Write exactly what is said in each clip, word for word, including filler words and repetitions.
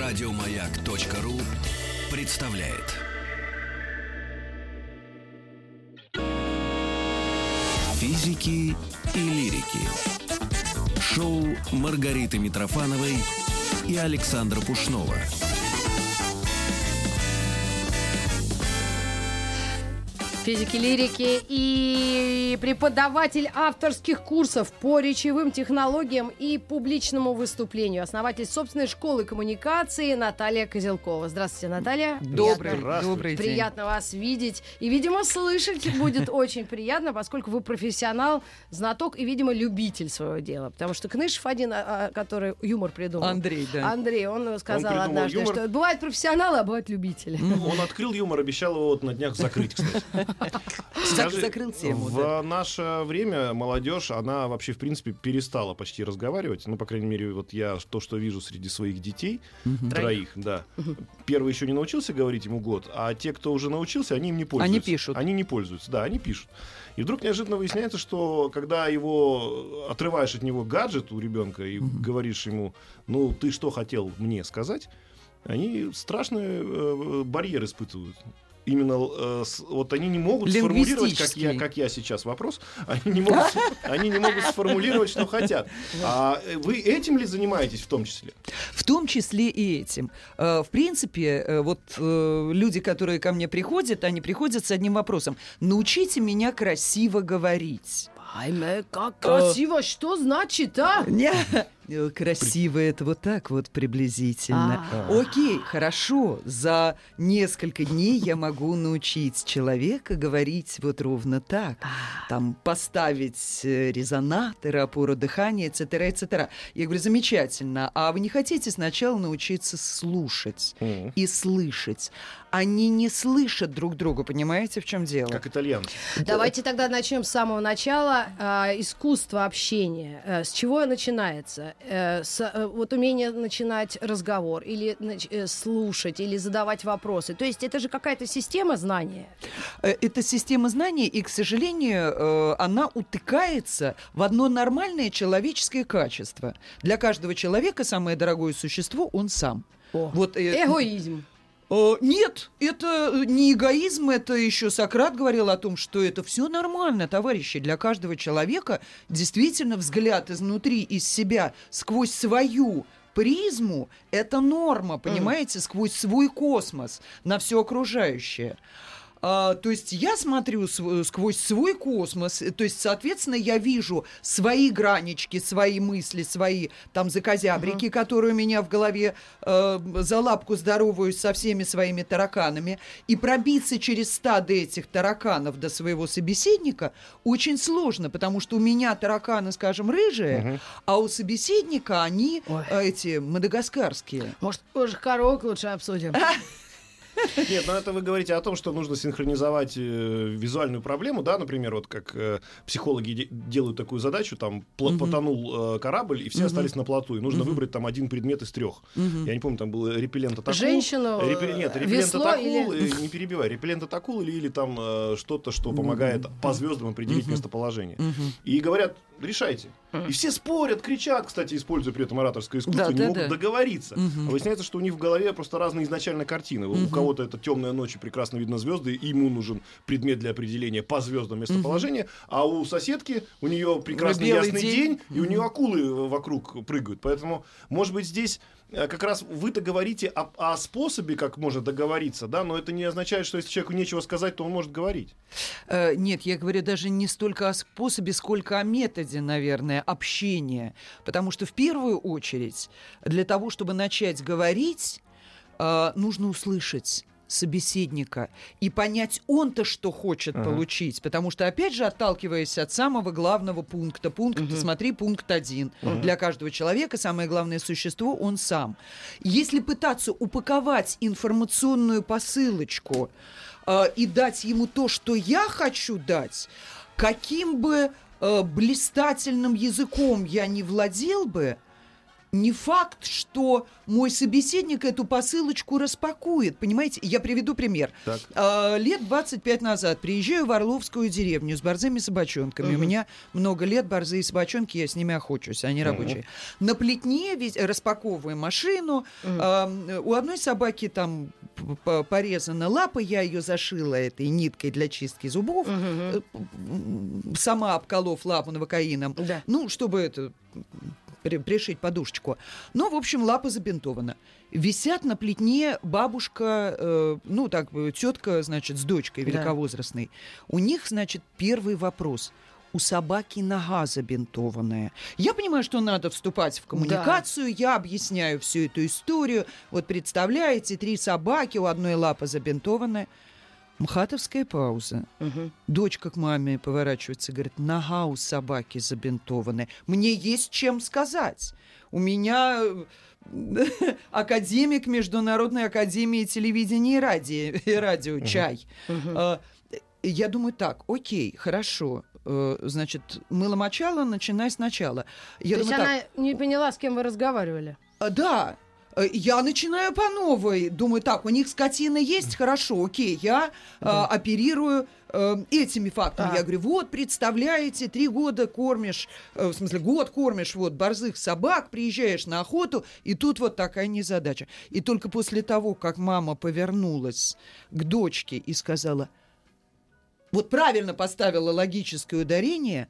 Радиомаяк.ру представляет. Физики и лирики. Шоу Маргариты Митрофановой и Александра Пушнова. Физики, лирики и преподаватель авторских курсов по речевым технологиям и публичному выступлению, основатель собственной школы коммуникации Наталья Козелкова. Здравствуйте, Наталья. Добрый, приятно, добрый день. Приятно вас видеть. И, видимо, слышать будет очень приятно, поскольку вы профессионал, знаток и, видимо, любитель своего дела. Потому что Кнышев один, который юмор придумал. Андрей, да. Андрей, он сказал он однажды, юмор. что бывают профессионалы, а бывают любители. Он открыл юмор, обещал его вот на днях закрыть, кстати. Скажи, закрыл тему. В Да. наше время молодежь, она вообще, в принципе, перестала почти разговаривать. Ну, по крайней мере, вот я то, что вижу среди своих детей, Мгм. троих, да. Первый еще не научился говорить, ему год, а те, кто уже научился, они им не пользуются. Они пишут. Они не пользуются, да, они пишут. И вдруг неожиданно выясняется, что когда его отрываешь от него гаджет у ребенка и Мгм. говоришь ему, ну, ты что хотел мне сказать, они страшные э, барьеры испытывают. Именно э, с, вот они не могут сформулировать, как я, как я сейчас вопрос, они не могут, они не могут сформулировать, что хотят. А вы этим ли занимаетесь в том числе? В том числе и этим. Э, В принципе, э, вот э, люди, которые ко мне приходят, они приходят с одним вопросом. Научите меня красиво говорить. Ай, как красиво, что значит, а? Не, э, красиво это вот так вот приблизительно. А. Окей, хорошо. За несколько дней я могу научить человека говорить вот ровно так. Там поставить э, резонаторы, опору дыхания, et cetera, et cetera. Я говорю, замечательно. А вы не хотите сначала научиться слушать Мгм. и слышать? Они не слышат друг друга, понимаете, в чем дело? Как итальянцы. Давайте тогда начнем с самого начала. А, искусство общения. Э, С чего начинается? Э, с, э, вот умение начинать разговор, или нач- э, слушать, или задавать вопросы. То есть это же какая-то система знания. Э, Это система знаний, и, к сожалению, э, она утыкается в одно нормальное человеческое качество. Для каждого человека самое дорогое существо — он сам. О. Вот, э, Эгоизм. Э, Нет, это не эгоизм, это еще Сократ говорил о том, что это все нормально, товарищи. Для каждого человека действительно взгляд изнутри, из себя, сквозь свою призму — это норма, понимаете, сквозь свой космос на все окружающее. А, то есть я смотрю св- сквозь свой космос, э, то есть, соответственно, я вижу свои гранички, свои мысли, свои там закозябрики, которые у меня в голове, э, за лапку здороваюсь со всеми своими тараканами, и пробиться через стадо этих тараканов до своего собеседника очень сложно, потому что у меня тараканы, скажем, рыжие, Мгм. а у собеседника они Ой. э, эти мадагаскарские. Может, уже коровок лучше обсудим? Нет, но это вы говорите о том, что нужно синхронизовать э, визуальную проблему, да, например, вот как э, психологи де- делают такую задачу, там пла- Мгм. потонул э, корабль, и все Мгм. остались на плоту, и нужно Мгм. выбрать там один предмет из трех. Мгм. Я не помню, там был репеллент от акул. Женщину, Репе- Нет, э, репеллент весло от акул, или- э, не перебивай, репеллент от акул или, или там э, что-то, что Мгм. помогает по звездам определить Мгм. местоположение. Мгм. И говорят, решайте. И все спорят, кричат, кстати, используя при этом ораторское искусство, Да, не да, могут да. договориться. Мгм. А выясняется, что у них в голове просто разные изначально картины. У Мгм. кого-то это темная ночь, и прекрасно видно звезды, и ему нужен предмет для определения по звездам местоположения, а у соседки у нее прекрасный белый ясный день. день, и у Мгм. нее акулы вокруг прыгают. Поэтому, может быть, здесь э, как раз вы-то говорите о, о способе, как можно договориться, да, но это не означает, что если человеку нечего сказать, то он может говорить. Э, Нет, я говорю даже не столько о способе, сколько о методе, наверное, общения. Потому что в первую очередь для того, чтобы начать говорить, э, нужно услышать собеседника и понять, он-то что хочет Ага. получить. Потому что, опять же, отталкиваясь от самого главного пункта, пункт, Мгм. смотри, пункт один. Мгм. Для каждого человека самое главное существо — он сам. Если пытаться упаковать информационную посылочку э, и дать ему то, что я хочу дать, каким бы э, блистательным языком я не владел бы, не факт, что мой собеседник эту посылочку распакует. Понимаете? Я приведу пример. А, лет двадцать пять назад приезжаю в Орловскую деревню с борзыми собачонками. Uh-huh. У меня много лет борзые собачонки, я с ними охочусь, они uh-huh. рабочие. На плетне весь, распаковываем машину. Uh-huh. А, у одной собаки там порезана лапа, я ее зашила этой ниткой для чистки зубов, uh-huh. сама обколов лапу новокаином. Uh-huh. Ну, чтобы это... пришить подушечку. Но, в общем, лапа забинтована. Висят на плетне бабушка, э, ну, так, тетка, значит, с дочкой великовозрастной. Да. У них, значит, первый вопрос. У собаки нога забинтованная. Я понимаю, что надо вступать в коммуникацию, да. Я объясняю всю эту историю. Вот представляете, три собаки, у одной лапа забинтованная. Мхатовская пауза. Угу. Дочка к маме поворачивается и говорит, нога у собаки забинтованная. Мне есть чем сказать. У меня академик Международной академии телевидения и радио, и радио угу. чай. Угу. Я думаю так, окей, хорошо. Значит, мыло-мочало, начинай сначала. Я То думаю, есть так, она не поняла, с кем вы разговаривали? Да. Я начинаю по новой. Думаю, так, у них скотина есть, хорошо, окей, я да. э, оперирую э, этими фактами. А. Я говорю, вот, представляете, три года кормишь, э, в смысле, год кормишь вот борзых собак, приезжаешь на охоту, и тут вот такая незадача. И только после того, как мама повернулась к дочке и сказала, вот правильно поставила логическое ударение,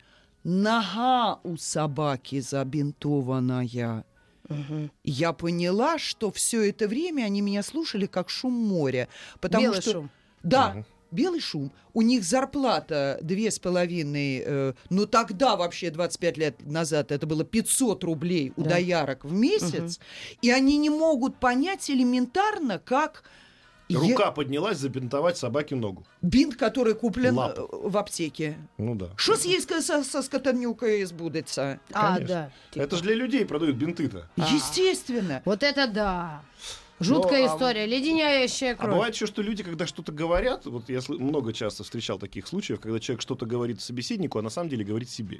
нога у собаки забинтованная. Угу. Я поняла, что все это время они меня слушали как шум моря. Потому белый что... шум. Да, угу. белый шум. У них зарплата две с половиной, э, ну тогда вообще двадцать пять лет назад это было пятьсот рублей у да. доярок в месяц. Угу. И они не могут понять элементарно, как... Рука Я... поднялась забинтовать собаке ногу. Бинт, который куплен Лап. в аптеке. Ну да. Что съесть со, со скотанюкой избудется? А, да. Типа. Это же для людей продают бинты-то. А. Естественно. Вот это да. Жуткая Но, история, а, леденящая кровь. А бывает еще, что люди, когда что-то говорят, вот я много часто встречал таких случаев, когда человек что-то говорит собеседнику, а на самом деле говорит себе.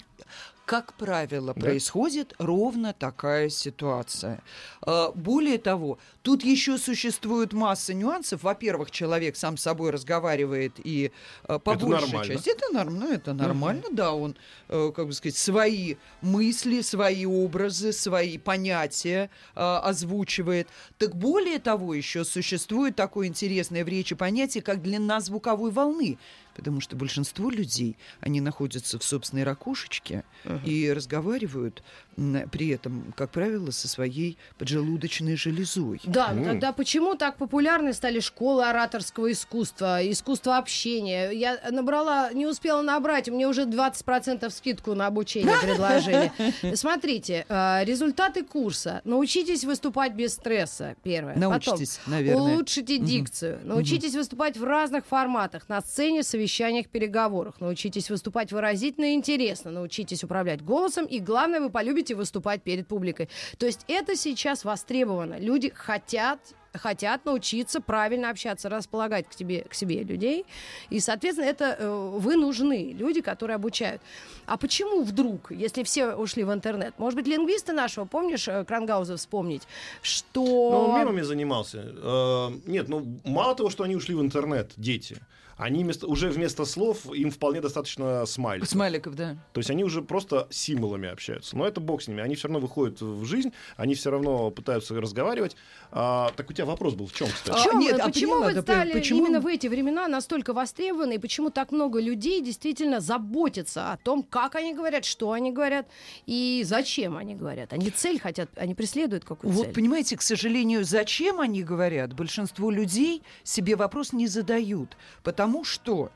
Как правило, да? происходит ровно такая ситуация. Более того, тут еще существует масса нюансов. Во-первых, человек сам с собой разговаривает, и по это большей нормально. части это, норм, ну, это нормально, uh-huh. да, он, как бы сказать, свои мысли, свои образы, свои понятия озвучивает. Так более того, еще существует такое интересное в речи понятие, как длина звуковой волны. Потому что большинство людей, они находятся в собственной ракушечке uh-huh. и разговаривают при этом, как правило, со своей поджелудочной железой. Да, mm. тогда почему так популярны стали школы ораторского искусства, искусство общения? Я набрала, не успела набрать, мне уже двадцать процентов скидку на обучение предложили. Смотрите, результаты курса. Научитесь выступать без стресса, первое. Научитесь, Потом, наверное. улучшите uh-huh. дикцию. Научитесь uh-huh. выступать в разных форматах, на сцене, совещаниях, переговорах. Научитесь выступать выразительно и интересно. Научитесь управлять голосом. И главное, вы полюбите выступать перед публикой. То есть это сейчас востребовано. Люди хотят, хотят научиться правильно общаться, располагать к, тебе, к себе людей. И, соответственно, это э, вы нужны, люди, которые обучают. А почему вдруг, если все ушли в интернет? Может быть, лингвисты нашего, помнишь, Крангауза вспомнить, что... Ну, он мемами занимался. Э, нет, ну, мало того, что они ушли в интернет, дети... Они вместо, уже вместо слов им вполне достаточно смайликов. Смайликов, да. То есть они уже просто символами общаются. Но это бог с ними. Они все равно выходят в жизнь, они все равно пытаются разговаривать. А, так у тебя вопрос был в чем, кстати? В чем? А, нет, а почему поняла, вы да, стали почему... именно в эти времена настолько востребованы, и почему так много людей действительно заботятся о том, как они говорят, что они говорят и зачем они говорят? Они цель хотят, они преследуют какую-то вот, цель. Понимаете, к сожалению, зачем они говорят, большинство людей себе вопрос не задают. Потому что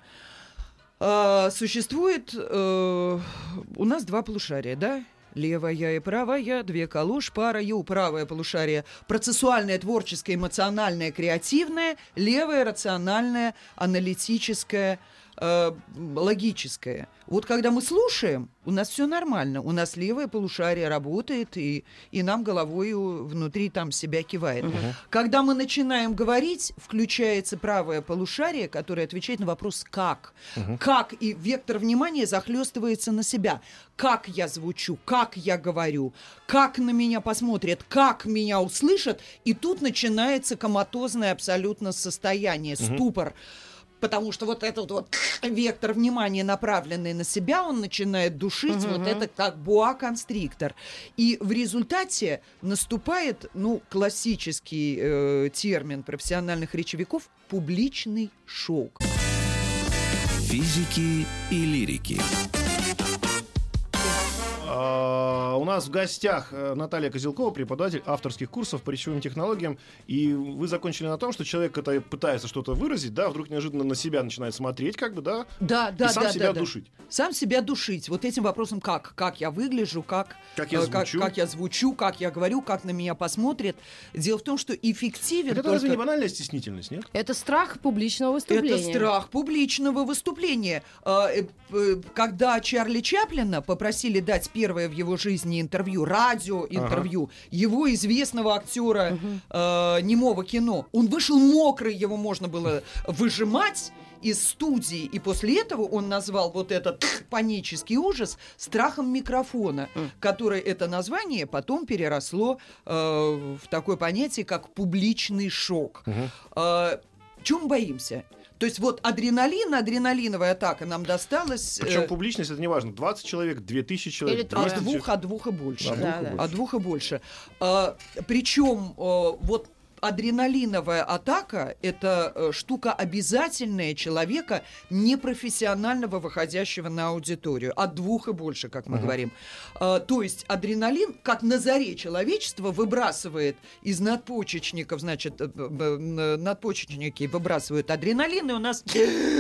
э, существует э, у нас два полушария, да? Левая и правая, две калош, пара ю. Правое полушарие процессуальное, творческое, эмоциональное, креативное. Левое рациональное, аналитическое, э, логическое. Вот когда мы слушаем, у нас все нормально. У нас левое полушарие работает, и, и нам головой внутри там себя кивает. Угу. Когда мы начинаем говорить, включается правое полушарие, которое отвечает на вопрос «как?». Угу. Как? И вектор внимания захлестывается на себя. Как я звучу, как я говорю, как на меня посмотрят, как меня услышат. И тут начинается коматозное абсолютно состояние, угу. ступор. Потому что вот этот вот вектор внимания, направленный на себя, он начинает душить, uh-huh. вот это как боа-констриктор. И в результате наступает, ну, классический э, термин профессиональных речевиков – публичный шок. Физики и лирики. У нас в гостях Наталья Козелкова, преподаватель авторских курсов по речевым технологиям. И вы закончили на том, что человек, который пытается что-то выразить, да, вдруг неожиданно на себя начинает смотреть, как бы, да, да, да, и сам да, себя да, душить. Да. Сам себя душить. Вот этим вопросом как? Как я выгляжу, как, как, я, э, звучу. Как, как я звучу, как я говорю, как на меня посмотрят. Дело в том, что эффективен это только... разве не банальная стеснительность, нет? Это страх публичного выступления. Это страх публичного выступления. Когда Чарли Чаплина попросили дать первое в его жизни интервью, радиоинтервью, ага. его известного актера угу. э, немого кино, он вышел мокрый, его можно было выжимать из студии, и после этого он назвал вот этот панический ужас страхом микрофона, mm. которое это название потом переросло э, в такое понятие, как публичный шок. Uh-huh. Э, чего мы боимся? То есть вот адреналин, адреналиновая атака нам досталась... Причем э... публичность, это не важно, двадцать человек, две тысячи человек. От двух, от двух и больше. От да, двух, да. От двух и больше. А, причем а, вот адреналиновая атака – это э, штука обязательная человека, непрофессионального, выходящего на аудиторию. От двух и больше, как мы uh-huh. говорим. А, то есть адреналин, как на заре человечества, выбрасывает из надпочечников, значит, э, э, надпочечники выбрасывают адреналин, и у нас...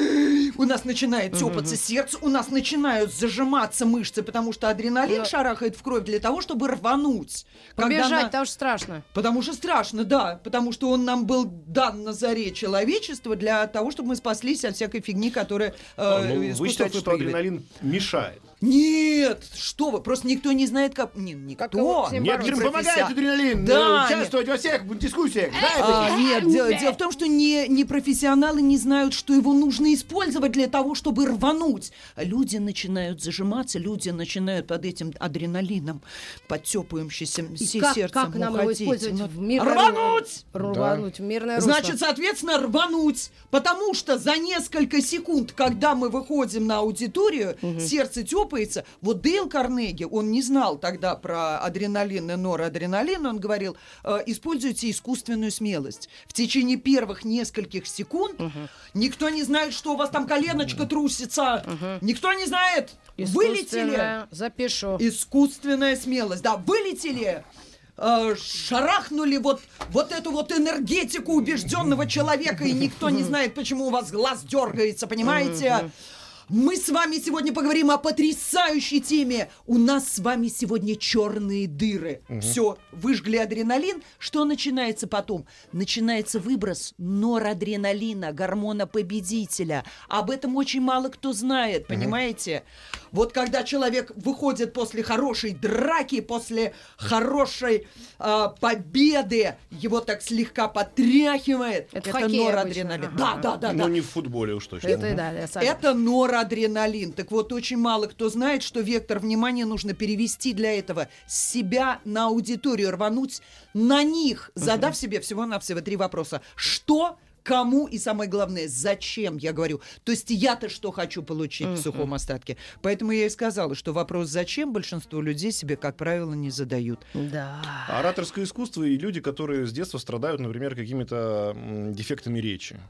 У нас начинает тёпаться uh-huh. сердце, у нас начинают зажиматься мышцы, потому что адреналин yeah. шарахает в кровь для того, чтобы рвануть. Побежать, на... потому что страшно. Потому что страшно, да. Потому что он нам был дан на заре человечества для того, чтобы мы спаслись от всякой фигни, которая... А, э, ну, вы считаете, что адреналин мешает? Нет, что вы, просто никто не знает, как... Не, никто. Как некоторым помогает адреналин да, участвовать нет. во всех дискуссиях. А, нет, дело, дело в том, что не, не профессионалы не знают, что его нужно использовать для того, чтобы рвануть. Люди начинают зажиматься, люди начинают под этим адреналином, под тёпающимся как, сердцем как нам уходить. его использовать в мирное... Рвануть! Рвануть да. в мирное русло. Значит, соответственно, рвануть. Потому что за несколько секунд, когда мы выходим на аудиторию, угу. сердце тёпается. Вот Дейл Карнеги, он не знал тогда про адреналин и норадреналин, он говорил, э, используйте искусственную смелость. В течение первых нескольких секунд угу. никто не знает, что у вас там коленочка трусится. Угу. Никто не знает. Вылетели. Запишу. Искусственная смелость. Да, вылетели. Э, шарахнули вот, вот эту вот энергетику убежденного человека, и никто не знает, почему у вас глаз дергается, понимаете? Мы с вами сегодня поговорим о потрясающей теме. У нас с вами сегодня черные дыры. Угу. Все, выжгли адреналин. Что начинается потом? Начинается выброс норадреналина, гормона победителя. Об этом очень мало кто знает, понимаете? Угу. Вот когда человек выходит после хорошей драки, после хорошей э, победы, его так слегка потряхивает. Это, это норадреналин. Ага. Да, да, да. Ну, да. не в футболе уж точно. Это, да, да, это норадреналин. Адреналин. Так вот, очень мало кто знает, что вектор внимания нужно перевести для этого с себя на аудиторию, рвануть на них, задав uh-huh. себе всего-навсего три вопроса. Что, кому и, самое главное, зачем, я говорю. То есть я-то что хочу получить uh-huh. в сухом остатке. Поэтому я и сказала, что вопрос «зачем» большинство людей себе, как правило, не задают. Да. Ораторское искусство и люди, которые с детства страдают, например, какими-то м, дефектами речи.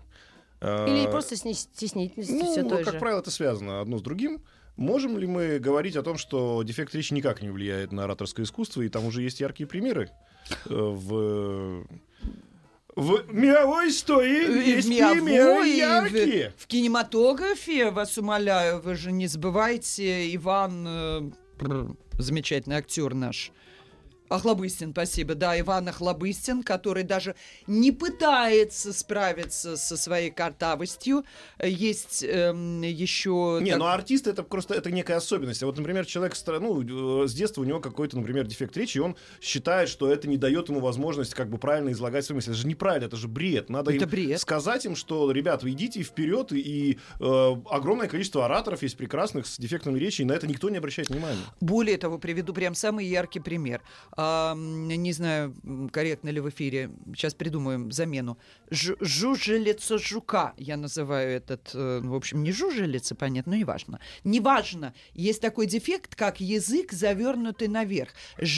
Или просто стеснительностью, ну, все той как же. правило, это связано одно с другим. Можем ли мы говорить о том, что дефект речи никак не влияет на ораторское искусство, и там уже есть яркие примеры в, в мировой истории, и есть мировой, примеры яркие. В, в кинематографе, вас умоляю, вы же не забывайте, Иван, э, замечательный актер наш, Охлобыстин, спасибо. Да, Иван Охлобыстин, который даже не пытается справиться со своей картавостью. Есть эм, еще... Не, так... ну артист это просто это некая особенность. А вот, например, человек ну, с детства у него какой-то, например, дефект речи, и он считает, что это не дает ему возможность как бы правильно излагать свои мысли. Это же неправильно, это же бред. Надо это им бред. сказать им, что, ребят, вы идите вперед, и, и э, огромное количество ораторов есть прекрасных с дефектами речи, и на это никто не обращает внимания. Более того, приведу прям самый яркий пример. А, не знаю, корректно ли в эфире, сейчас придумаем замену. Ж- жужелица жука, я называю этот, э, в общем, не жужелица, понятно, но неважно. Неважно, есть такой дефект, как язык, завернутый наверх.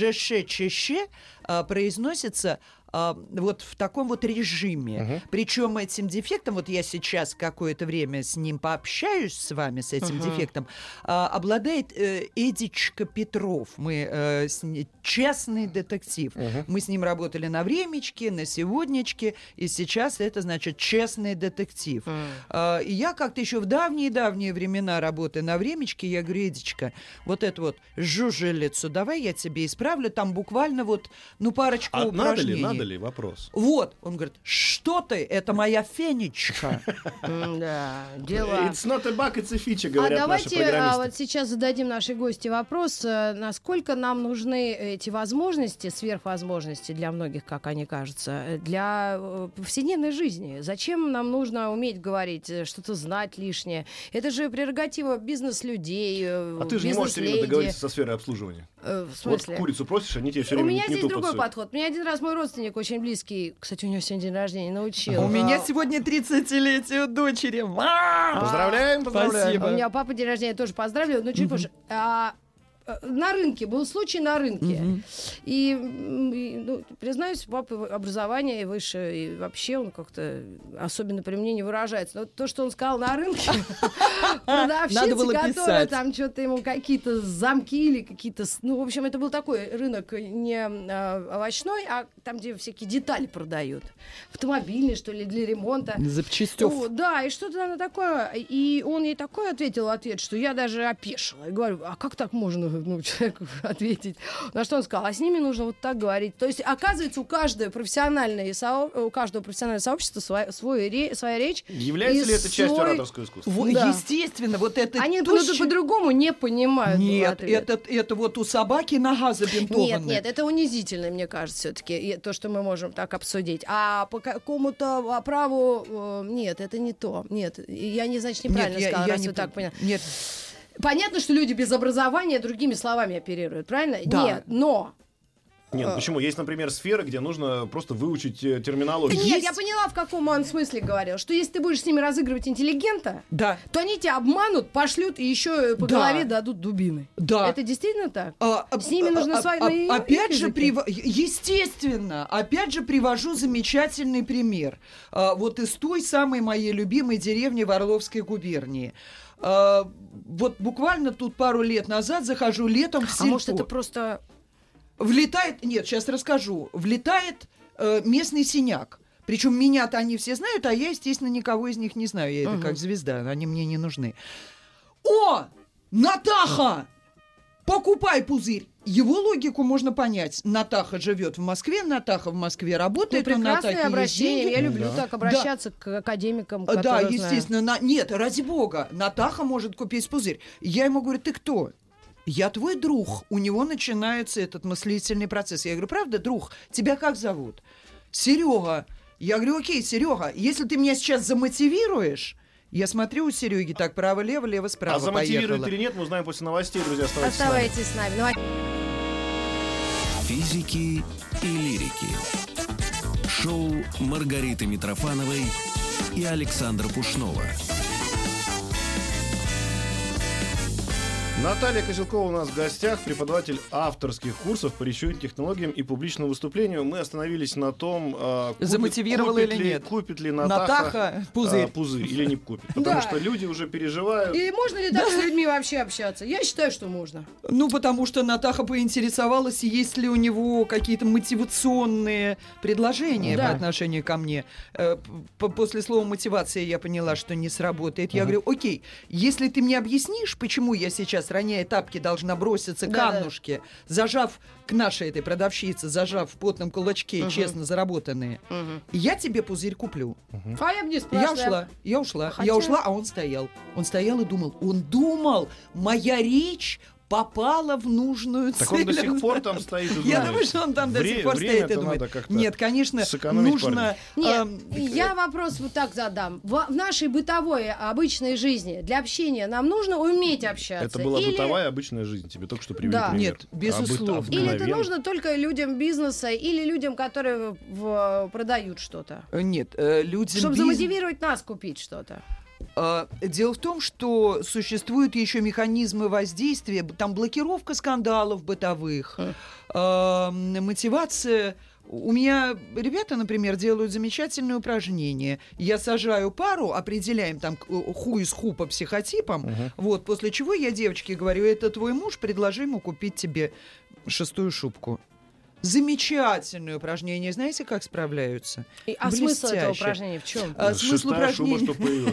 Ж-ш-ч-щ э, произносится Uh, вот в таком вот режиме. Uh-huh. Причем этим дефектом, вот я сейчас какое-то время с ним пообщаюсь с вами, с этим uh-huh. дефектом, uh, обладает uh, Эдичка Петров. Мы uh, с ним, честный детектив. Uh-huh. Мы с ним работали на времечке, на сегодняшке, и сейчас это значит честный детектив. Uh-huh. Uh, и я как-то еще в давние-давние времена работая на времечке, я говорю, Эдичка, вот эту вот жужелицу давай я тебе исправлю, там буквально вот, ну, парочку а упражнений. Надо ли, надо ли вопрос? Вот, он говорит, что ты, это моя фенечка. Да, дело... It's not a bug, it's a feature, говорят наши программисты. А давайте вот сейчас зададим нашей гости вопрос, насколько нам нужны эти возможности, сверхвозможности для многих, как они кажутся, для повседневной жизни. Зачем нам нужно уметь говорить, что-то знать лишнее? Это же прерогатива бизнес-людей, А ты же не можешь все время договориться со сферой обслуживания. Э, в смысле? Вот курицу просишь, они тебе все время У меня не здесь другой подсуют. подход. Мне один раз мой родственник очень близкий, кстати, у него сегодня день рождения, научил. У меня сегодня тридцатилетие дочери. Поздравляем, поздравляем. Спасибо. У меня папа день рождения тоже поздравлю, но чуть позже. А, на рынке, был случай на рынке. Mm-hmm. И, и ну, признаюсь, папа образование выше, и вообще он как-то особенно при мне не выражается. Но то, что он сказал на рынке, продавщица, которая там что-то ему какие-то замки или какие-то... Ну, в общем, это был такой рынок не овощной, а там, где всякие детали продают. Автомобильные, что ли, для ремонта. Запчастёв. Да, и что-то она такое. И он ей такой ответил ответ, что я даже опешила. И говорю, а как так можно ну, человеку ответить? На что он сказал, а с ними нужно вот так говорить. То есть, оказывается, у каждого профессионального, со... у каждого профессионального сообщества свой, свой ре... своя речь. Является ли это свой... частью ораторского искусства? В... Да. Естественно, вот это... Они точно... по-другому не понимают. Нет, это, это вот у собаки нога забинтованная. Нет, нет, это унизительно, мне кажется, все-таки, то, что мы можем так обсудить. А по какому-то праву нет, это не то. Нет, я не, значит, неправильно нет, сказала, я, раз я вы не... так поняли. Нет. Понятно, что люди без образования другими словами оперируют, правильно? Да. Нет, но... Нет, ну почему? Есть, например, сферы, где нужно просто выучить э, терминологию. Нет, есть... я поняла, в каком он смысле говорил. Что если ты будешь с ними разыгрывать интеллигента, да. то они тебя обманут, пошлют и еще по да. голове дадут дубины. Да. Это действительно так? А, с ними а, нужно а, свои... а, опять же, прив... естественно, опять же привожу замечательный пример. А, вот из той самой моей любимой деревни в Орловской губернии. А, вот буквально тут пару лет назад захожу летом в сельпо. А может, это просто... Влетает, нет, сейчас расскажу, влетает э, местный синяк. Причем меня-то они все знают, а я, естественно, никого из них не знаю. Я это uh-huh. как звезда, они мне не нужны. О, Натаха, покупай пузырь. Его логику можно понять. Натаха живет в Москве, Натаха в Москве работает. Ну, прекрасное обращение. Я люблю да. так обращаться да. к академикам. Да, естественно. На... Нет, ради бога, Натаха может купить пузырь. Я ему говорю, ты кто? Я твой друг. У него начинается этот мыслительный процесс. Я говорю, правда, друг? Тебя как зовут? Серега. Я говорю, окей, Серега, если ты меня сейчас замотивируешь, я смотрю у Сереги так, право-лево, лево-справа. А замотивирует или нет, мы узнаем после новостей, друзья. Оставайтесь, Оставайтесь с нами. С нами. Физики и лирики. Шоу Маргариты Митрофановой и Александра Пушнова. Наталья Козелкова у нас в гостях, преподаватель авторских курсов по речевым технологиям и публичному выступлению. Мы остановились на том, э, купит, замотивировала купит или ли, нет. Купит ли Натаха, Натаха пузырь. Э, пузырь или не купит. Потому да. что люди уже переживают. И можно ли так с людьми вообще общаться? Я считаю, что можно. Ну, потому что Натаха поинтересовалась, есть ли у него какие-то мотивационные предложения да. по отношению ко мне. После слова мотивация я поняла, что не сработает. Я uh-huh. говорю, окей, если ты мне объяснишь, почему я сейчас нас роняет тапки, должна броситься Да, камнушки, да. зажав к нашей этой продавщице, зажав в потном кулачке угу. честно заработанные. Угу. Я тебе пузырь куплю. Угу. А я бы не спрашивала. Я ушла, я ушла, Хотя... я ушла, а он стоял. Он стоял и думал. Он думал, моя речь попала в нужную так цель. Так он до сих пор там стоит и думает. Я думаю, что он там до сих пор стоит и думает. Нет, конечно, нужно... Нет, я вопрос вот так задам. В нашей бытовой, обычной жизни для общения нам нужно уметь общаться? Это была бытовая, обычная жизнь. Тебе только что привели пример. Нет, безусловно. Или это нужно только людям бизнеса, или людям, которые продают что-то? Нет, людям... Чтобы замотивировать нас купить что-то. Дело в том, что существуют еще механизмы воздействия, там блокировка скандалов бытовых, mm. мотивация. У меня ребята, например, делают замечательные упражнения. Я сажаю пару, определяем там ху из ху по психотипам, uh-huh. вот, после чего я девочке говорю, это твой муж, предложи ему купить тебе шестую шубку. Замечательное упражнение. Знаете, как справляются? И, а Блестяще. Смысл этого упражнения в чем? А, смысл упражнения... шуба, что появилась.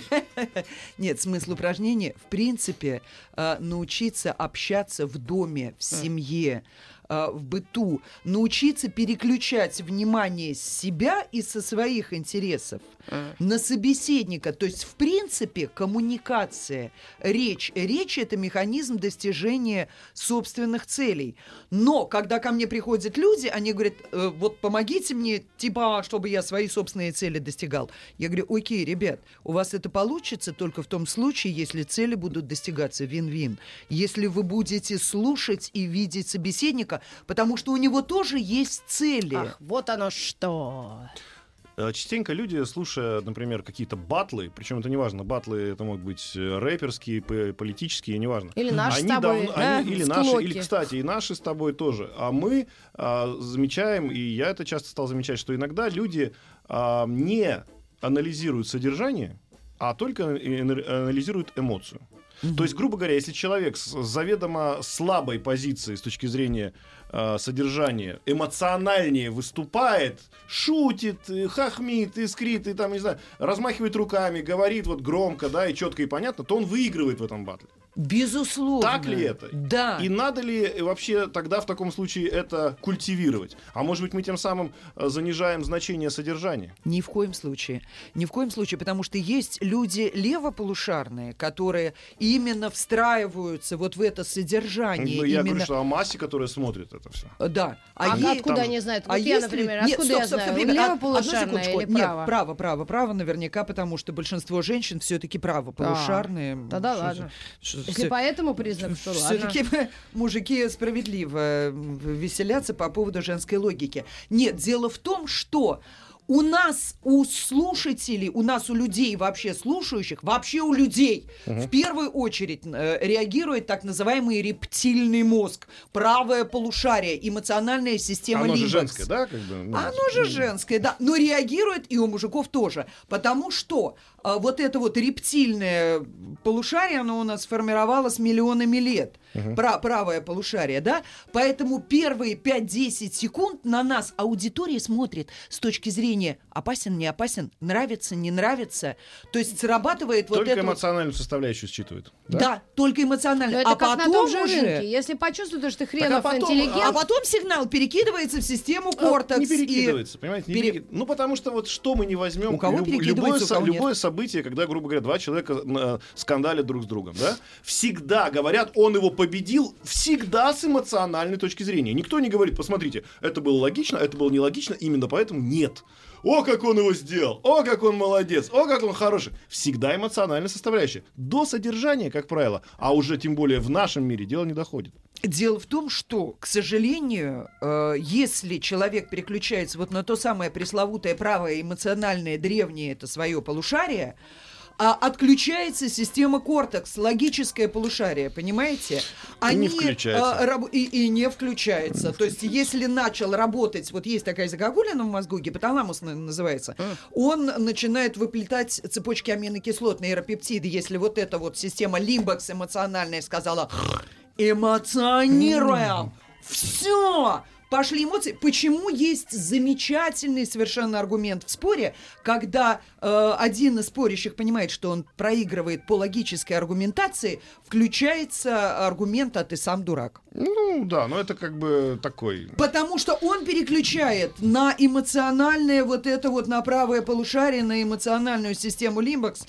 Нет, смысл упражнения, в принципе, научиться общаться в доме, в семье, в быту, научиться переключать внимание с себя и со своих интересов mm. на собеседника. То есть, в принципе, коммуникация, речь. Речь — это механизм достижения собственных целей. Но, когда ко мне приходят люди, они говорят, э, вот помогите мне, типа, чтобы я свои собственные цели достигал. Я говорю, окей, ребят, у вас это получится только в том случае, если цели будут достигаться вин-вин. Если вы будете слушать и видеть собеседника, потому что у него тоже есть цели. Ах, вот оно что. Частенько люди, слушая, например, какие-то батлы, причем это не важно, батлы это могут быть рэперские, политические, неважно. Или наши они с тобой, давно, да? они, или наши, или, кстати, и наши с тобой тоже. А мы а, замечаем, и я это часто стал замечать, что иногда люди а, не анализируют содержание, а только анализируют эмоцию. Mm-hmm. То есть, грубо говоря, если человек с заведомо слабой позиции с точки зрения э, содержания эмоциональнее выступает, шутит, хохмит, искрит, и там, не знаю, размахивает руками, говорит вот громко, да, и четко и понятно, то он выигрывает в этом батле. Безусловно. Так ли это? Да. И надо ли вообще тогда в таком случае это культивировать? А может быть, мы тем самым занижаем значение содержания? Ни в коем случае. Ни в коем случае, потому что есть люди левополушарные, которые именно встраиваются вот в это содержание. Ну, я именно... говорю, что о массе, которая смотрит это все. Да. А, а есть... откуда там... они знают? Вот а я, например, ли... откуда Нет, я стоп, знаю? Стоп, левополушарная или право? Нет, право, право, право, право наверняка, потому что большинство женщин все-таки правополушарные. Да, да ладно. Что, Если по этому признаку, то ладно. Все-таки мужики справедливо веселятся по поводу женской логики. Нет, дело в том, что у нас, у слушателей, у нас, у людей вообще слушающих, вообще у людей угу. в первую очередь э, реагирует так называемый рептильный мозг, правое полушарие, эмоциональная система Оно лимбекс. же женское, да? Как бы, ну, Оно же женское, да. Но реагирует и у мужиков тоже. Потому что э, вот это вот рептильное полушарие, оно у нас сформировалось миллионами лет. Угу. Пра- правое полушарие, да? Поэтому первые пять-десять секунд на нас аудитория смотрит с точки зрения опасен, не опасен, нравится, не нравится. То есть срабатывает вот это... Только эмоциональную вот... составляющую считывает. Да, да только эмоционально. Но это а как потом на том же уже... рынке. Если почувствуешь, что ты хренов а потом, интеллигент... А потом сигнал перекидывается в систему кортекс. Не перекидывается, и... понимаете? Не Пере... перекид... Ну, потому что вот что мы не возьмем... У кого люб... любое, со... у кого любое нет. событие, когда, грубо говоря, два человека э, скандалят друг с другом, да? Всегда говорят, он его победил, всегда с эмоциональной точки зрения. Никто не говорит, посмотрите, это было логично, это было нелогично, именно поэтому нет. О, как он его сделал! О, как он молодец! О, как он хороший! Всегда эмоциональная составляющая. До содержания, как правило, а уже тем более в нашем мире дело не доходит. Дело в том, что, к сожалению, э, если человек переключается вот на то самое пресловутое правое эмоциональное древнее, это свое полушарие, а отключается система кортекс, логическое полушарие, понимаете? Они, не включается. А, раб, и, и не включается. То есть, если начал работать, вот есть такая загогулина в мозгу, гипоталамус называется, он начинает выплетать цепочки аминокислот, нейропептиды. Если вот эта вот система лимбекс эмоциональная сказала «эмоционируем», все! пошли эмоции. Почему есть замечательный совершенно аргумент в споре, когда э, один из спорящих понимает, что он проигрывает по логической аргументации, включается аргумент «а ты сам дурак». Ну, да, но это как бы такой... Потому что он переключает на эмоциональное вот это вот, на правое полушарие, на эмоциональную систему лимбокс.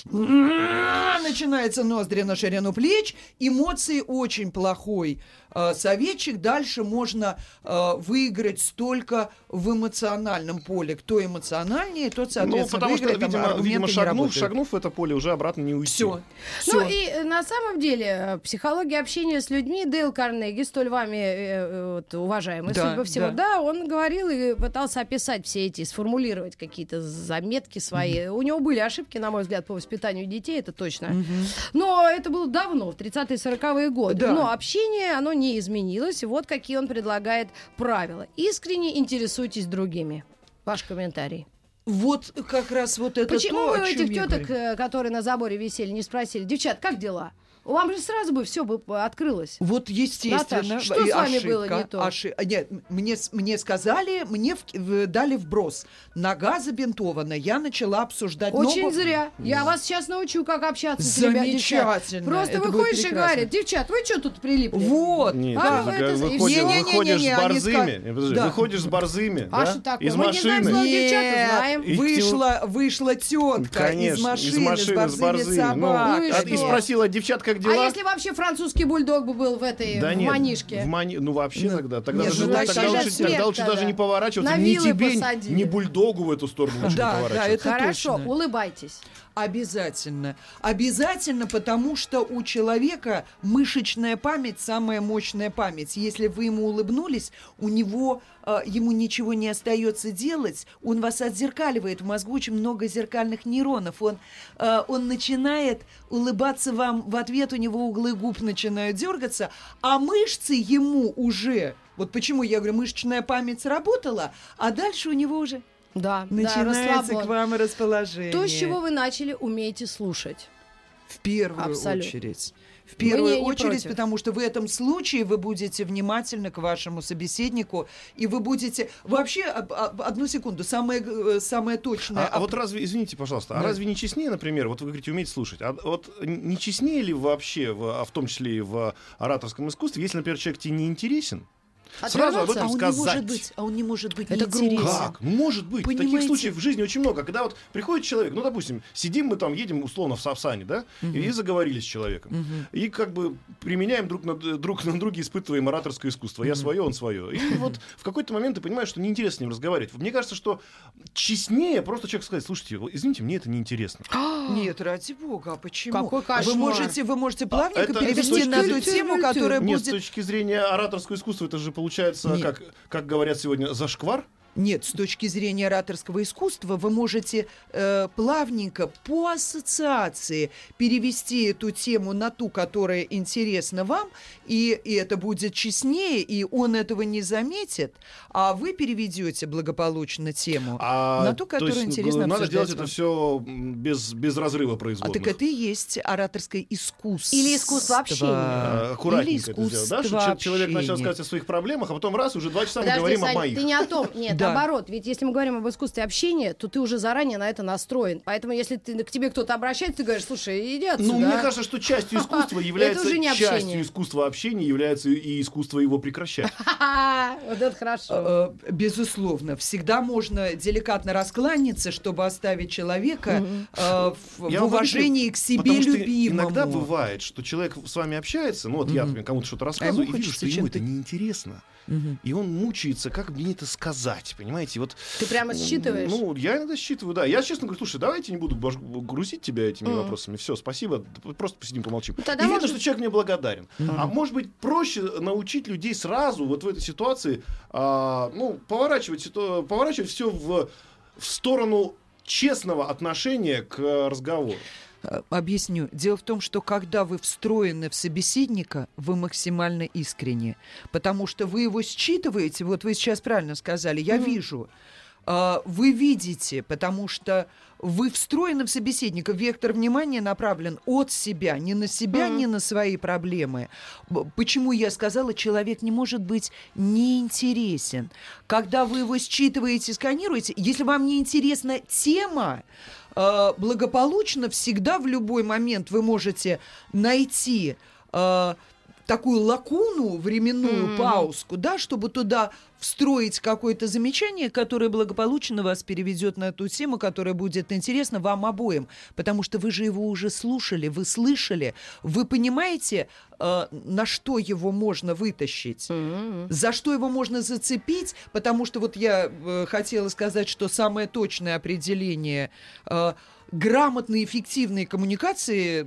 Начинается ноздри на ширину плеч. Эмоции очень плохой э, советчик. Дальше можно э, выиграть только в эмоциональном поле. Кто эмоциональнее, тот, соответственно, ну, потому выиграет. Что, видимо, видимо шагнув, шагнув в это поле, уже обратно не уйти. Все. Ну и на самом деле психология общения с людьми, Дейл Карнеги, столь вами э, вот, уважаемый, да, судя по всему, да. да, он говорил и пытался описать все эти, сформулировать какие-то заметки свои. Mm-hmm. У него были ошибки, на мой взгляд, по воспитанию детей, это точно. Mm-hmm. Но это было давно, в тридцатые-сороковые годы. Да. Но общение, оно не изменилось. Вот какие он предлагает правила. Искренне интересуйтесь другими. Ваш комментарий. Вот как раз вот это Почему то, вы о у чем этих я теток, говорю. которые на заборе висели, не спросили: девчат, как дела? Вам же сразу бы все бы открылось. Вот естественно. Наташа, что с вами ошибка, было не то? Ошиб... Нет, мне, мне сказали, мне в... В... дали вброс. Нога забинтована. Я начала обсуждать Очень ногу. зря. Я вас сейчас научу, как общаться с Замечательно. ребятами. Девчат. Просто это выходишь и говоришь: девчат, вы что тут прилипли? Вот. Нет, а, ты это... выходишь, не, не, выходишь не, не, с борзыми, ска... подожди, да. выходишь с борзыми, а да? что такое? Из Мы машины. не знаем слово Нет, девчата, знаем. И вышла, вышла тетка Конечно, из машины, из машины с с борзыми борзыми. собаками. Ну и а, что? и спросила: девчат, как дела? А если вообще французский бульдог бы был в этой Да в нет, манишке? в мани... ну вообще Ну, тогда, тогда, нет, даже, ну, тогда, тогда лучше, смерть тогда лучше тогда. даже не поворачиваться, На ни вилы тебе, посадили. ни бульдогу в эту сторону лучше Да, не да, поворачиваться. это Хорошо, точно. улыбайтесь. Обязательно. Обязательно, потому что у человека мышечная память, самая мощная память. Если вы ему улыбнулись, у него, э, ему ничего не остается делать, он вас отзеркаливает. В мозгу очень много зеркальных нейронов. Он, э, он начинает улыбаться вам в ответ, у него углы губ начинают дергаться, а мышцы ему уже... Вот почему я говорю, мышечная память сработала, а дальше у него уже... Да, Начинается да, к вам расположение. То, с чего вы начали, умеете слушать. В первую Абсолютно. очередь. В первую не, не очередь, против. потому что в этом случае вы будете внимательны к вашему собеседнику, и вы будете... Вообще, об- об- одну секунду, самое, э, самое точное... А, а вот разве, извините, пожалуйста, а Да. разве не честнее, например, вот вы говорите, умеете слушать, а вот не честнее ли вообще, в, а в том числе и в ораторском искусстве, если, например, человек тебе не интересен, сразу об Отвернуться? этом а он сказать? не может быть, а он не может быть Это неинтересен. грубо. Как? Ну, может быть. Понимаете? Таких случаев в жизни очень много. Когда вот приходит человек, ну, допустим, сидим мы там, едем условно в Сапсане, да, Мгм. и заговорили с человеком. Мгм. И как бы применяем друг на, друг на друга, испытываем ораторское искусство. Я Мгм. свое, он свое. И вот в какой-то момент ты понимаешь, что неинтересно с ним разговаривать. Мне кажется, что честнее просто человеку сказать: слушайте, вот, извините, мне это неинтересно. Нет, ради бога, а почему? Какой кошмар. Вы можете, вы можете плавненько это- перевести это с на точки ту зрения- тему, которая Нет, с будет... точки зрения ораторского искусства, это же получается, Нет. как, как говорят сегодня, зашквар. Нет, с точки зрения ораторского искусства вы можете э, плавненько по ассоциации перевести эту тему на ту, которая интересна вам, и, и это будет честнее, и он этого не заметит, а вы переведете благополучно тему А, на ту, то которую есть, интересно надо обсуждать делать вам. это все без, без разрыва А производных. так это и есть ораторское искусство. Или искусство общения. А, аккуратненько Или это сделать, да? искусство Чтобы человек начал общения. сказать о своих проблемах, а потом раз, уже два часа мы Подожди, говорим о Сань, моих. ты не о том. Нет, Да. наоборот. Ведь если мы говорим об искусстве общения, то ты уже заранее на это настроен. Поэтому если ты, к тебе кто-то обращается, ты говоришь: слушай, иди отсюда. Ну, мне кажется, что частью искусства является уже не общение. частью искусства общения является и искусство его прекращать. Ха-ха, вот это хорошо. Э, Безусловно, всегда можно деликатно раскланяться, чтобы оставить человека э, в, Я в вам уважении объясню. к себе Потому что любимому. иногда бывает, что человек с вами общается, ну вот я, например, кому-то что-то рассказываю, ему и вижу, хочется что ему чем-то- это неинтересно. Мгм. И он мучается, как мне это сказать, понимаете? Вот, Ты прямо считываешь? Ну, я иногда считываю, да. Я честно говорю: слушай, давайте не буду баш- грузить тебя этими Мгм. вопросами. Все, спасибо, просто посидим, помолчим. Ну, тогда И видно, может- что человек мне благодарен. А может быть, проще научить людей сразу вот в этой ситуации, а, ну, поворачивать, ситу- поворачивать все в, в сторону честного отношения к разговору. Э, Объясню. Дело в том, что когда вы встроены в собеседника, вы максимально искренне. Потому что вы его считываете, вот вы сейчас правильно сказали, я вижу. вы видите, потому что вы встроены в собеседника, вектор внимания направлен от себя, не на себя, mm-hmm. не на свои проблемы. Почему я сказала, человек не может быть неинтересен? Когда вы его считываете, сканируете, если вам не интересна тема, благополучно всегда в любой момент вы можете найти такую лакуну, временную mm-hmm. паузку, да, чтобы туда встроить какое-то замечание, которое благополучно вас переведет на ту тему, которая будет интересна вам обоим. Потому что вы же его уже слушали, вы слышали, вы понимаете, э, на что его можно вытащить, mm-hmm. за что его можно зацепить, потому что вот я э, хотела сказать, что самое точное определение э, грамотной, эффективной коммуникации,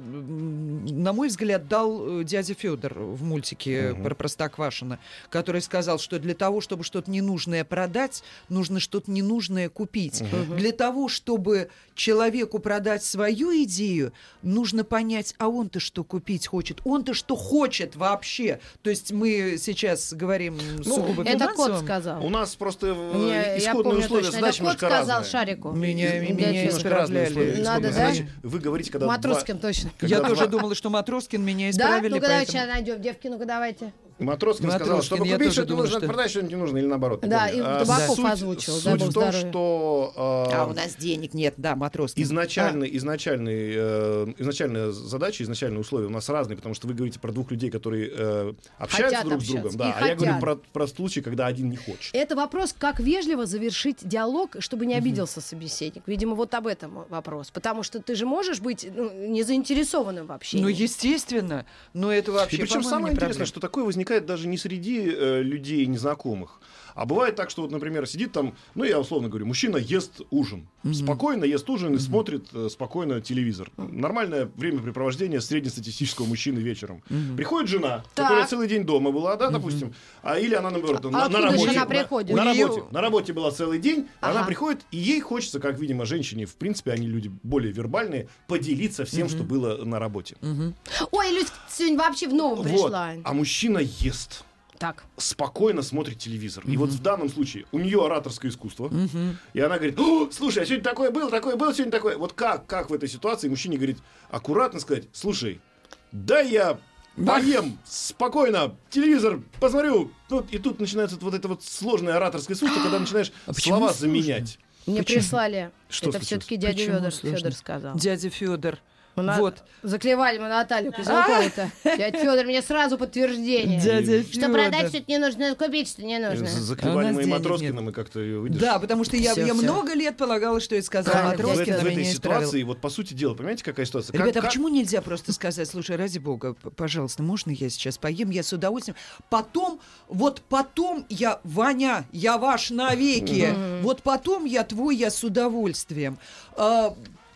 на мой взгляд, дал дядя Федор в мультике угу. про Простоквашино, который сказал, что для того, чтобы что-то ненужное продать, нужно что-то ненужное купить. Угу. Для того, чтобы человеку продать свою идею, нужно понять, а он-то что купить хочет, он-то что хочет вообще. То есть мы сейчас говорим ну, сугубо это кот сказал. У нас просто Мне, исходные условия задачи немножко разные. Это кот сказал Шарику. Меня, меня исправляли. Надо, да? Задачи. Вы говорите, когда Матроскин два... точно. Я когда тоже два... думала, что Матроскин меня исправили. Да? Ну-ка поэтому... давайте сейчас найдем. Девки, ну-ка давайте. Матроскин, Матроскин сказал, чтобы купить что-то думаю, нужно, что... продать что-нибудь не нужно, или наоборот. Да, и а, Табаков суть, озвучил. Суть да, в том, здоровья. что... Э, а у нас денег нет, да, Матроскин. Изначальный, а. изначальный, э, изначальная задача, изначальные условия у нас разные, потому что вы говорите про двух людей, которые э, общаются хотят друг общаться. с другом. Да, а хотят. я говорю про, про случай, когда один не хочет. Это вопрос, как вежливо завершить диалог, чтобы не обиделся собеседник. Видимо, вот об этом вопрос. Потому что ты же можешь быть ну, не заинтересованным в общении. Ну, естественно. Но это вообще, и причем самое интересное, что такое возникает даже не среди э, людей незнакомых. А бывает так, что, вот, например, сидит там, ну, я условно говорю, мужчина ест ужин. Mm-hmm. Спокойно ест ужин и mm-hmm. смотрит э, спокойно телевизор. Mm-hmm. Нормальное времяпрепровождение среднестатистического мужчины вечером. Mm-hmm. Приходит жена, так. которая целый день дома была, да, допустим, mm-hmm. а или она, наоборот, а на, на работе. Жена приходит? На, на, нее... работе, на работе была целый день, ага. она приходит, и ей хочется, как, видимо, женщине, в принципе, они люди более вербальные, поделиться всем, mm-hmm. что было на работе. Mm-hmm. Ой, Люсь сегодня вообще в новом вот. пришла. А мужчина ест. Так. Спокойно смотрит телевизор. Mm-hmm. И вот в данном случае у нее ораторское искусство. Mm-hmm. И она говорит, слушай, а сегодня такое было, такое было, сегодня такое. Вот как, как в этой ситуации мужчине говорит, аккуратно сказать, слушай, да я поем спокойно, телевизор посмотрю. Вот, и тут начинается вот это вот сложное ораторское искусство, когда начинаешь а слова заменять. Мне почему? Прислали. Что это все-таки дядя Федор, Федор сказал. Дядя Федор. На... Вот. Заклевали мы Наталью Кузенкову-то. Дядя Федор, мне сразу подтверждение. Дядя что Фёдор. продать что-то не нужно, купить что-то не нужно. Заклевали мы и Матроскина, мы как-то ее выдержали. Да, потому что я, всё, я всё. много лет полагала, что это сказал Да, Матроскин, в, а в меня этой исправил. ситуации, вот по сути дела, понимаете, какая ситуация? Ребята, как, а почему нельзя просто сказать, слушай, ради бога, пожалуйста, можно я сейчас поем, я с удовольствием. Потом, вот потом я, Ваня, я ваш навеки. Mm-hmm. Вот потом я твой, я с удовольствием. А,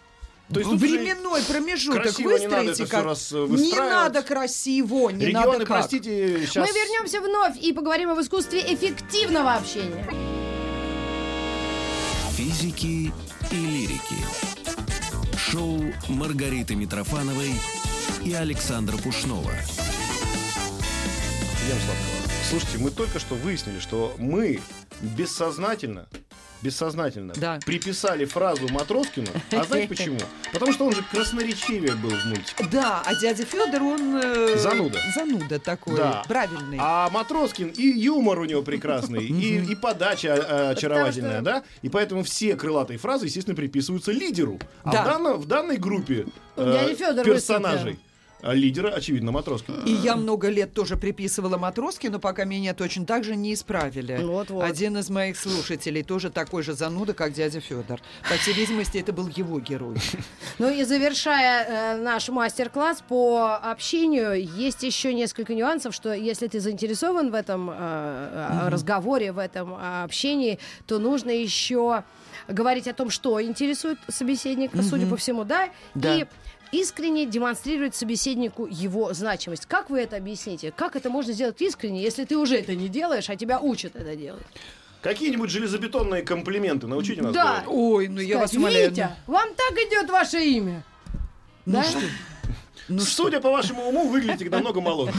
То есть временной промежуток выстроите как... Не надо красиво, не Регионы, надо как. простите, сейчас... Мы вернемся вновь и поговорим об искусстве эффективного общения. Физики и лирики. Шоу Маргариты Митрофановой и Александра Пушнова. Ярослав, слушайте, мы только что выяснили, что мы бессознательно бессознательно да. приписали фразу Матроскину. А знаете почему? Потому что он же красноречивее был в мультике. Да, а дядя Федор, он... Э, зануда. Зануда такой, да. правильный. А Матроскин, и юмор у него прекрасный, и, и подача очаровательная, да? И поэтому все крылатые фразы, естественно, приписываются лидеру. А да. в, данном, в данной группе э, персонажей а лидера, очевидно, Матроскина. И я много лет тоже приписывала Матроскину, пока меня точно так же не исправили. Вот-вот. Один из моих слушателей тоже такой же зануда, как дядя Федор. По всей видимости, это был его герой. Ну и завершая э, наш мастер-класс по общению, есть еще несколько нюансов, что если ты заинтересован в этом э, mm-hmm. разговоре, в этом э, общении, то нужно еще говорить о том, что интересует собеседника, mm-hmm. судя по всему, да, да. и искренне демонстрировать собеседнику его значимость. Как вы это объясните? Как это можно сделать искренне, если ты уже это не делаешь, а тебя учат это делать? Какие-нибудь железобетонные комплименты научите нас да. говорить? Ой, ну я Сказать, вас умоляю. Витя, вам так идет ваше имя? Ну да? что? Ну, судя что? По вашему уму, выглядите намного моложе.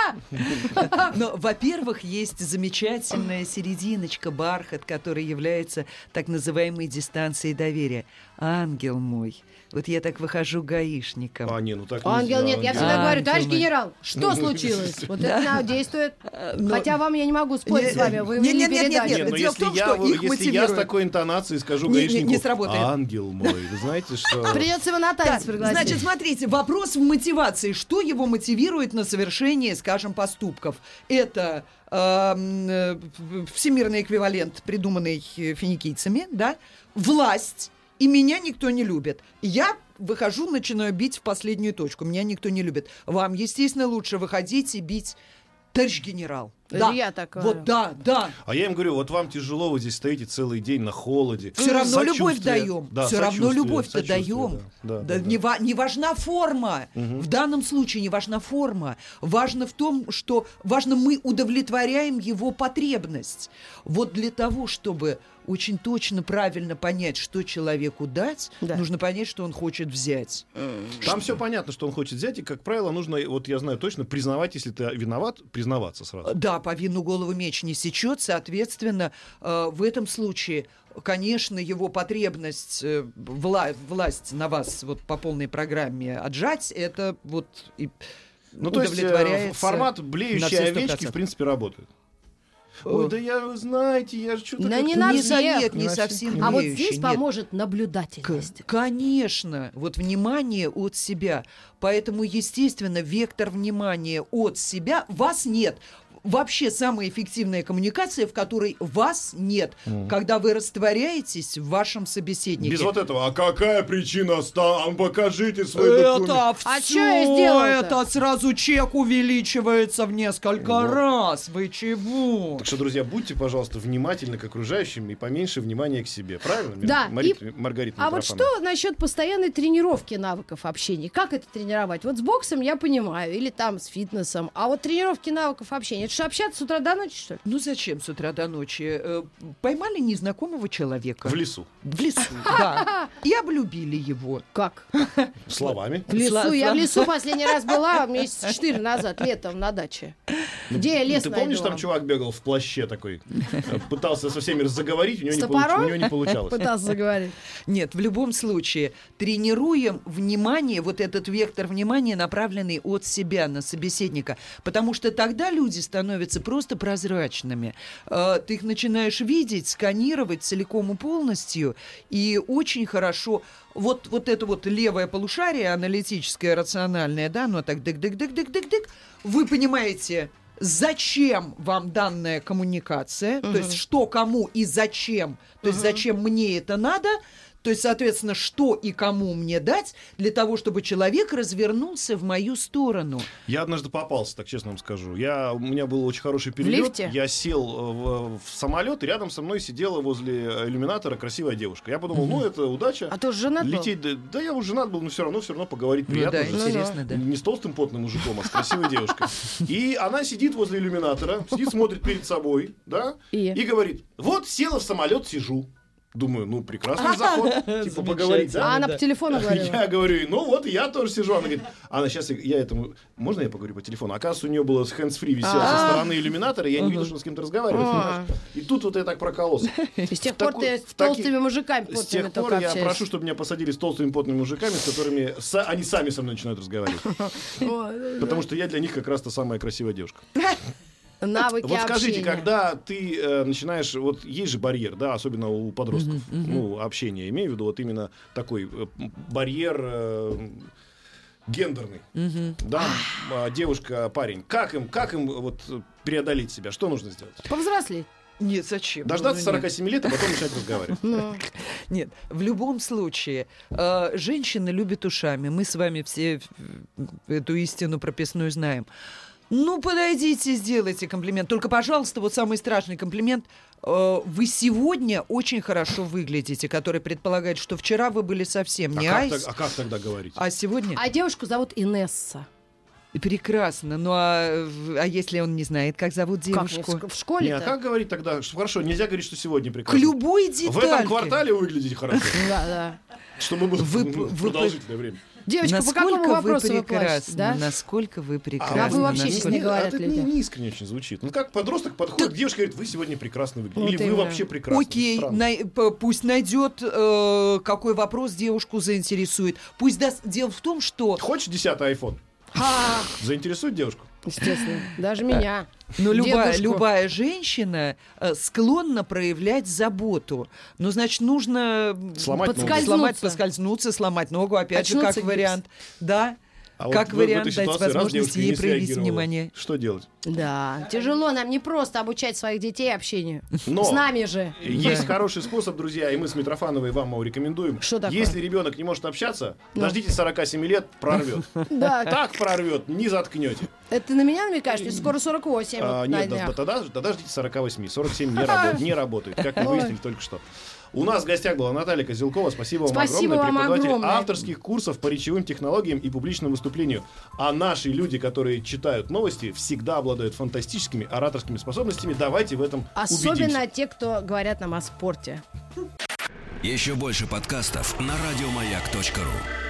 Но, во-первых, есть замечательная серединочка, бархат, который является так называемой дистанцией доверия. Ангел мой, вот я так выхожу гаишником. А, не, ну так Ангел, нельзя, нет, я ангел. всегда Ангел говорю, товарищ мой. генерал, что случилось? Вот это действует. Хотя вам я не могу спорить с вами, вы Нет, вели нет, нет, нет, передачу. нет. Не, но Дело в если, том, я, что их если я с мотивирует. такой интонацией скажу Не- не- гаишнику, не сработает. ангел мой, вы знаете, что... Придется его нотариус Так, пригласить. значит, смотрите, вопрос в мотивации. Что его мотивирует на совершение, скажем, поступков? Это э, э, всемирный эквивалент, придуманный э, финикийцами, да? Власть. И меня никто не любит. Я выхожу, начинаю бить в последнюю точку. Меня никто не любит. Вам, естественно, лучше выходить и бить. Товарищ генерал. Это Да. я так говорю. Вот да, да. А я им говорю, вот вам тяжело, вы здесь стоите целый день на холоде. Все равно Сочувствие. любовь даем. Да, Все равно сочувствие, любовь-то сочувствие, даем. да, да, Да, да, не, да. ва- не важна форма. Мгм. В данном случае не важна форма. Важно в том, что важно мы удовлетворяем его потребность. Вот для того, чтобы очень точно, правильно понять, что человеку дать, Да. нужно понять, что он хочет взять. Там все понятно, что он хочет взять, и, как правило, нужно, вот я знаю точно, признавать, если ты виноват, признаваться сразу. Да, по вину голову меч не сечет, соответственно, э, в этом случае, конечно, его потребность, э, вла- власть на вас вот по полной программе отжать, это вот и Ну, то есть э, удовлетворяется формат на блеющей все сто овечки, процентов. в принципе, работает. Ой, да я, вы знаете, я же что-то... Да как-то не на не, всех. со- нет, Не не на всех. совсем А вот блеющий, здесь нет. поможет наблюдательность. К- Конечно, вот внимание от себя. Поэтому, естественно, вектор внимания от себя вас нет. Вообще самая эффективная коммуникация, в которой вас нет, Мгм. когда вы растворяетесь в вашем собеседнике. Без вот этого, а какая причина ста? А покажите свой документ. Это А все, чё я сделала-то? это сразу чек увеличивается в несколько Вот. раз. Вы чего? Так что, друзья, будьте, пожалуйста, внимательны к окружающим и поменьше внимания к себе. Правильно? Да, Маргарита, Маргарита А вот Митрофановна? что насчет постоянной тренировки навыков общения? Как это тренировать? Вот с боксом я понимаю, или там с фитнесом. А вот тренировки навыков общения, это что, общаться с утра до ночи, что ли? Ну зачем с утра до ночи? Э, Поймали незнакомого человека. В лесу. В лесу, да. И облюбили его. Как? Словами. В лесу. Сла- Я в сла- лесу последний раз была месяца четыре назад, летом на даче. Где я лес Ты помнишь, найду? там чувак бегал в плаще такой, э, пытался со всеми заговорить, у него, С не, топором? получ- у него не получалось. Пытался заговорить. Нет, в любом случае, тренируем внимание, вот этот вектор внимания, направленный от себя на собеседника, потому что тогда люди становятся просто прозрачными. Э, Ты их начинаешь видеть, сканировать целиком и полностью, и очень хорошо... Вот, вот это вот левое полушарие, аналитическое, рациональное, да, оно так дык-дык-дык-дык-дык-дык, вы понимаете... Зачем вам данная коммуникация, то есть что кому и зачем, то есть зачем мне это надо, то есть, соответственно, что и кому мне дать для того, чтобы человек развернулся в мою сторону. Я однажды попался, так честно вам скажу. Я, у меня был очень хороший перелет. лифте? Я сел э, в, в самолет, и рядом со мной сидела возле иллюминатора красивая девушка. Я подумал, ну это удача. А ты уже женат был? Лететь, да, да я уже женат был, но все равно, все равно поговорить Ну приятно да, же. интересно, да. Не с толстым потным мужиком, а с красивой девушкой. И она сидит возле иллюминатора, сидит, смотрит перед собой, да, И? и говорит, вот села в самолет, сижу. Думаю, ну прекрасный заход, типа поговорить, да? А она по телефону говорила? Я говорю, ну вот, я тоже сижу. Она говорит, Анна, сейчас я этому... Можно я поговорю по телефону? Оказывается, у нее было hands-free висело со А. стороны иллюминатора, и я не видел, что он с кем-то разговаривает. А. понимаешь? И тут вот я так прокололся. И с тех В пор такой- ты в с толстыми таки- мужиками С потными тех пор только я общаешься. прошу, чтобы меня посадили с толстыми потными мужиками, с которыми са- они сами со мной начинают разговаривать. Потому что я для них как раз-то самая красивая девушка. Навыки Вот скажите, общения. когда ты э, начинаешь, вот есть же барьер, да, особенно у подростков, ну, общения, имею в виду вот именно такой э, барьер э, гендерный, да, а, девушка, парень, как им, как им вот преодолеть себя, что нужно сделать? Повзрослеть. Нет, зачем? Дождаться Ну, нет. сорока семи лет, а потом начать разговаривать. Ну, Нет, в любом случае, э, женщины любят ушами. Мы с вами все э, эту истину прописную знаем. Ну, подойдите, сделайте комплимент. Только, пожалуйста, вот самый страшный комплимент. Э, вы сегодня очень хорошо выглядите, который предполагает, что вчера вы были совсем А не как, айс, так- а как тогда говорить? а сегодня... а девушку зовут Инесса. Прекрасно. Ну, а, в- а если он не знает, как зовут Как, не в девушку? ск- в школе? Не, а как говорить тогда? Что, хорошо, нельзя говорить, что сегодня К прекрасно. любой В этом детальке. квартале выглядите хорошо, Да, да. чтобы было Вы- ну, вы- продолжительное время. Девочка, насколько по какому вопросу вы вы плачете, прекрасны, да? Насколько вы прекрасны. А вы вообще сейчас не говорят это людям. не искренне очень звучит. Ну как подросток подходит к девушке и говорит, вы сегодня прекрасно выглядите. Вот Или вы именно. вообще прекрасны. Окей, Странно. най- п- пусть найдет, э, какой вопрос девушку заинтересует. Пусть даст... Дело в том, что... Хочешь десятый айфон? А, Заинтересует девушку? естественно, даже меня. Но любая, Дедушку. любая женщина э, склонна проявлять заботу. Ну, значит, нужно Сломать ногу. Подскользнуться. сломать, поскользнуться, сломать ногу, опять же, Очнуться как вариант. Да, А как вот в- в вариант этой дать ситуации, раз возможность девушка ей не проявить среагировала, внимание. Что делать? Да, тяжело нам не просто обучать своих детей общению. Но С нами же. есть Да. хороший способ, друзья, и мы с Митрофановой вам его рекомендуем. Что такое? Если ребенок не может общаться, Ну. дождитесь сорока семи лет, прорвет. Да, Так прорвет, не заткнете. это ты на меня намекаешь? Мне скоро сорок восемь. А, вот на нет, да- днях. да- тогда, тогда ждите сорока восьми. сорок семь не, работает, не работает, как мы Ой. выяснили только что. У нас в гостях была Наталья Козелкова. Спасибо вам Спасибо огромное. вам Преподаватель огромное. авторских курсов по речевым технологиям и публичному выступлению. А наши люди, которые читают новости, всегда обладают фантастическими ораторскими способностями. Давайте в этом Особенно убедимся. те, кто говорят нам о спорте. Еще больше подкастов на радиомаяк точка ру.